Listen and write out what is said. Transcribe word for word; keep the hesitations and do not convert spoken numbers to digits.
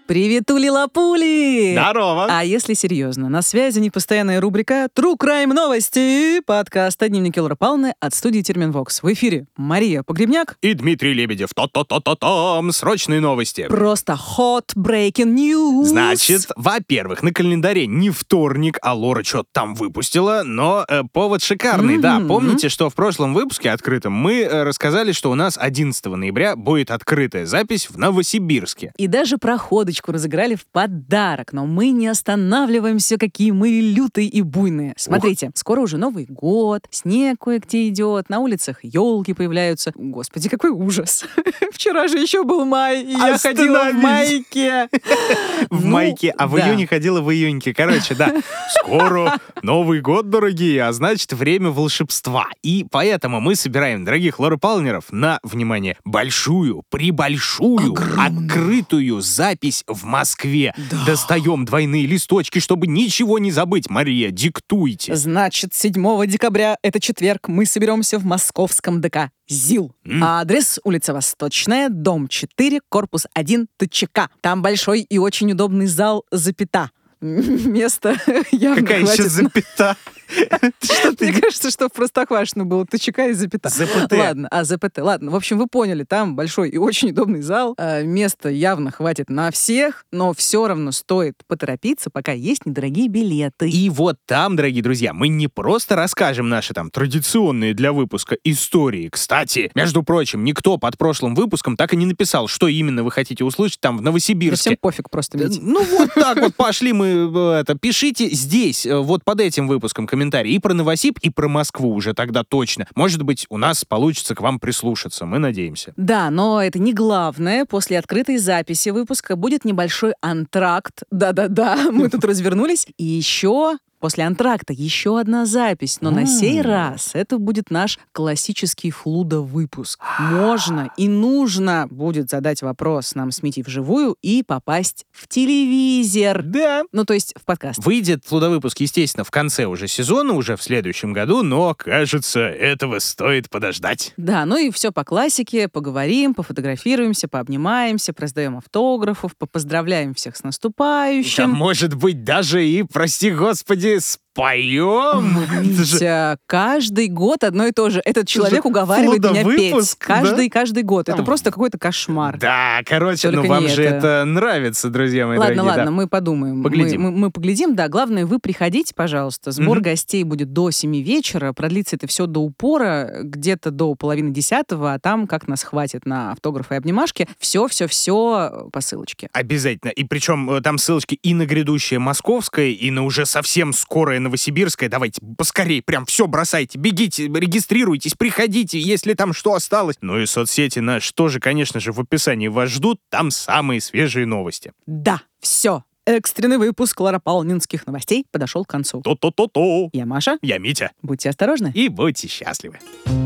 Приветули-лапули! Здорово! А если серьезно, на связи непостоянная рубрика True Crime новости подкаста «Дневники Лоры Павловны» от студии Терминвокс. В эфире Мария Погребняк и Дмитрий Лебедев. То-то-то-то-там! Срочные новости. Просто hot breaking news. Значит, во-первых, на календаре не вторник, а Лора что-то там выпустила, но э, повод шикарный. Mm-hmm. Да, помните, что в прошлом выпуске открытом мы э, рассказали, что у нас одиннадцатого ноября будет открытая запись в Новосибирске. И даже проходочку разыграли в подарок, но мы не останавливаемся, какие мы лютые и буйные. Смотрите, Ух. скоро уже Новый год, снег кое-где идет, на улицах елки появляются. Господи, какой ужас. Вчера же еще был май, и я ходила в майке. В майке, а в июне ходила в июньке. Короче, да, скоро Новый год, дорогие, а значит, время волшебства. И поэтому мы собираем дорогих лоропалнеров на, внимание, большую, прибольшую, открытую запись в Москве. Да. Достаем двойные листочки, чтобы ничего не забыть. Мария, диктуйте. Значит, седьмого декабря, это четверг, мы соберемся в московском ДК ЗИЛ. Mm. А адрес улица Восточная, дом четыре, корпус один, ТЧК. Там большой и очень удобный зал «Запята». Место явно Какая хватит. еще запята? Мне кажется, что в Простоквашино было ТЧК и запята. ЗПТ. Ладно, а ЗПТ. Ладно, в общем, вы поняли, там большой и очень удобный зал. Места явно хватит на всех, но все равно стоит поторопиться, пока есть недорогие билеты. И вот там, дорогие друзья, мы не просто расскажем наши там традиционные для выпуска истории. Кстати, между прочим, никто под прошлым выпуском так и не написал, что именно вы хотите услышать там в Новосибирске. Да всем пофиг просто, ведь. Ну вот так вот пошли мы, это, пишите здесь, вот под этим выпуском комментарии и про Новосиб, и про Москву уже тогда точно. Может быть, у нас получится к вам прислушаться, мы надеемся. Да, но это не главное. После открытой записи выпуска будет небольшой антракт. Да-да-да, мы тут развернулись. И еще... После антракта еще одна запись, но mm. на сей раз это будет наш классический флудо-выпуск. Можно и нужно будет задать вопрос нам с Митей вживую и попасть в телевизор. Да. Ну, то есть в подкаст. Выйдет флудо-выпуск, естественно, в конце уже сезона, уже в следующем году, но, кажется, этого стоит подождать. Да, ну и все по классике. Поговорим, пофотографируемся, пообнимаемся, раздаем автографов, попоздравляем всех с наступающим. Да, может быть, даже и, прости господи, споем. Митя, каждый год одно и то же. Этот человек уговаривает меня петь. Каждый, да? каждый год. Это просто какой-то кошмар. Да, короче, Только ну вам же это. это нравится, друзья мои ладно, дорогие. Ладно, ладно, да. мы подумаем. Поглядим. Мы, мы, мы поглядим, да. Главное, вы приходите, пожалуйста. Сбор Mm-hmm. гостей будет до семи вечера. Продлится это все до упора, где-то до половины десятого, а там, как нас хватит на автографы и обнимашки, все-все-все по ссылочке. Обязательно. И причем там ссылочки и на грядущее московское, и на уже совсем скорое Новосибирская. Давайте поскорей, прям все бросайте, бегите, регистрируйтесь, приходите, если там что осталось. Ну и соцсети наши тоже, конечно же, в описании вас ждут, там самые свежие новости. Да, все. Экстренный выпуск лоропалнинских новостей подошел к концу. То-то-то-то. Я Маша. Я Митя. Будьте осторожны. И будьте счастливы.